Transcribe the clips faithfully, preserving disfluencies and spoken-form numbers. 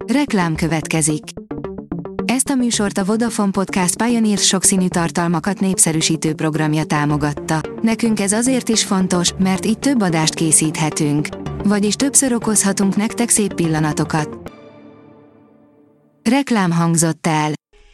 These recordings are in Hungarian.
Reklám következik. Ezt a műsort a Vodafone Podcast Pioneer sokszínű tartalmakat népszerűsítő programja támogatta. Nekünk ez azért is fontos, mert így több adást készíthetünk. Vagyis többször okozhatunk nektek szép pillanatokat. Reklám hangzott el.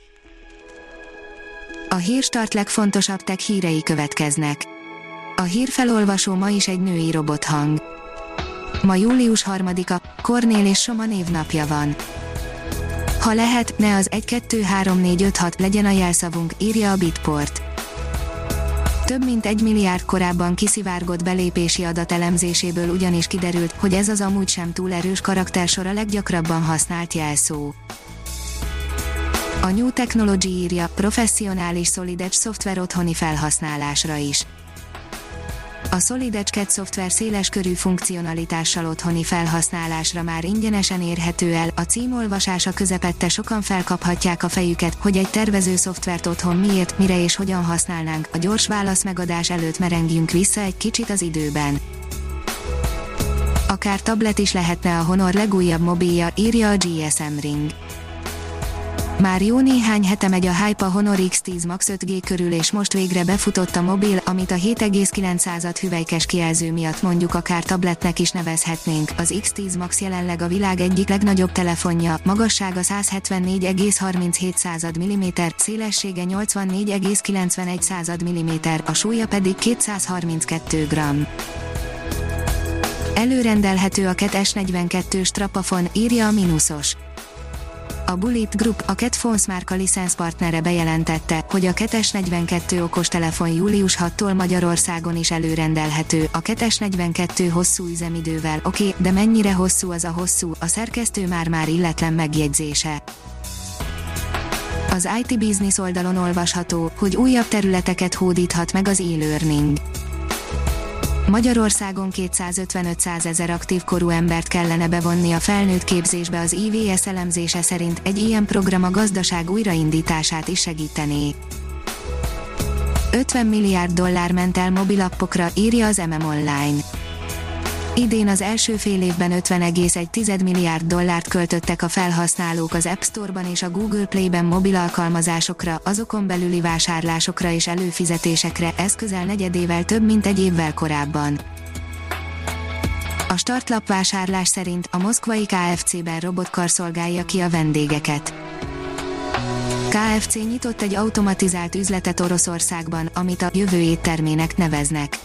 A Hírstart legfontosabb tech hírei következnek. A hírfelolvasó ma is egy női robothang. Ma július harmadika, Kornél és Soma névnapja van. Ha lehet, ne az egy kettő három négy öt hat legyen a jelszavunk, írja a Bitport. Több mint egy milliárd korábban kiszivárgott belépési adat elemzéséből ugyanis kiderült, hogy ez az amúgy sem túl erős karaktersor a leggyakrabban használt jelszó. A New Technology írja, professzionális Solid Edge szoftver otthoni felhasználásra is. A Solid Edge CAD szoftver széleskörű funkcionalitással otthoni felhasználásra már ingyenesen érhető el, a címolvasása közepette sokan felkaphatják a fejüket, hogy egy tervező szoftvert otthon miért, mire és hogyan használnánk, a gyors válasz megadás előtt merengjünk vissza egy kicsit az időben. Akár tablet is lehetne a Honor legújabb mobilja, írja a gé es em Ring. Már jó néhány hete megy a hype a Honor iksz tíz Max öt G körül, és most végre befutott a mobil, amit a hét egész kilenc hüvelykes kijelző miatt mondjuk akár tabletnek is nevezhetnénk. Az iksz tíz Max jelenleg a világ egyik legnagyobb telefonja, magassága száz hetvennégy egész harminchét milliméter, szélessége nyolcvannégy egész kilencvenegy milliméter, a súlya pedig kétszázharminckettő gramm. Előrendelhető a CAT es negyvenkettős Trapafon, írja a Minusos. A Bullet Group, a CAT Phones márka licenszpartnere bejelentette, hogy a CAT es negyvenkettő okostelefon július hatodikától Magyarországon is előrendelhető. A CAT es negyvenkettő hosszú üzemidővel, oké, okay, de mennyire hosszú az a hosszú, a szerkesztő már-már illetlen megjegyzése. Az i té Business oldalon olvasható, hogy újabb területeket hódíthat meg az e-learning. Magyarországon kétszázötven-ötszázezer aktív korú embert kellene bevonni a felnőtt képzésbe, az i vé es elemzése szerint egy ilyen program a gazdaság újraindítását is segítené. ötven milliárd dollár ment el mobilappokra, írja az em em Online. Idén az első fél évben ötven egész egy milliárd dollárt költöttek a felhasználók az App Store-ban és a Google Play-ben mobil alkalmazásokra, azokon belüli vásárlásokra és előfizetésekre, ez közel negyedével több, mint egy évvel korábban. A startlap vásárlás szerint a moszkvai ká ef cé-ben robotkar szolgálja ki a vendégeket. ká ef cé nyitott egy automatizált üzletet Oroszországban, amit a jövő éttermének neveznek.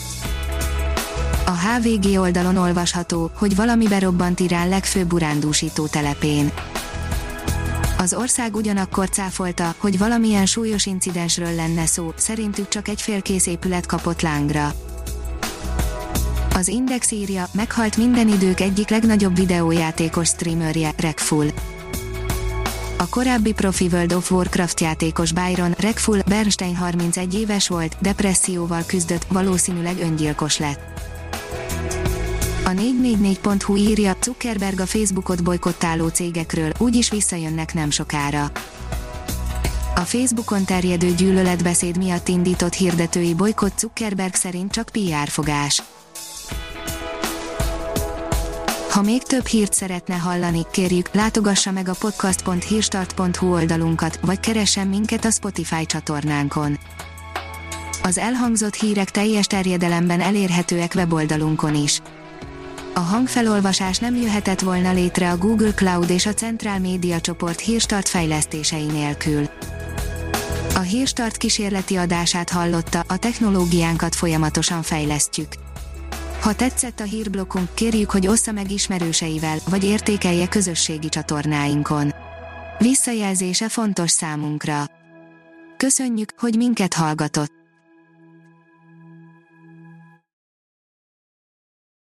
A há vé gé oldalon olvasható, hogy valami berobbant Irán legfőbb urándúsító telepén. Az ország ugyanakkor cáfolta, hogy valamilyen súlyos incidensről lenne szó, szerintük csak egy félkész épület kapott lángra. Az Index írja, meghalt minden idők egyik legnagyobb videójátékos streamerje, Rekful. A korábbi profi World of Warcraft játékos Byron Rekful Bernstein harmincegy éves volt, depresszióval küzdött, valószínűleg öngyilkos lett. A négy négy négy pont hu írja, Zuckerberg a Facebookot bojkottáló cégekről, úgyis visszajönnek nem sokára. A Facebookon terjedő gyűlöletbeszéd miatt indított hirdetői bojkott Zuckerberg szerint csak pé er fogás. Ha még több hírt szeretne hallani, kérjük, látogassa meg a podcast pont hírstart pont hu oldalunkat, vagy keressen minket a Spotify csatornánkon. Az elhangzott hírek teljes terjedelemben elérhetőek weboldalunkon is. A hangfelolvasás nem jöhetett volna létre a Google Cloud és a Central Média csoport Hírstart fejlesztései nélkül. A Hírstart kísérleti adását hallotta, a technológiánkat folyamatosan fejlesztjük. Ha tetszett a hírblokkunk, kérjük, hogy ossza meg ismerőseivel, vagy értékelje közösségi csatornáinkon. Visszajelzése fontos számunkra. Köszönjük, hogy minket hallgatott!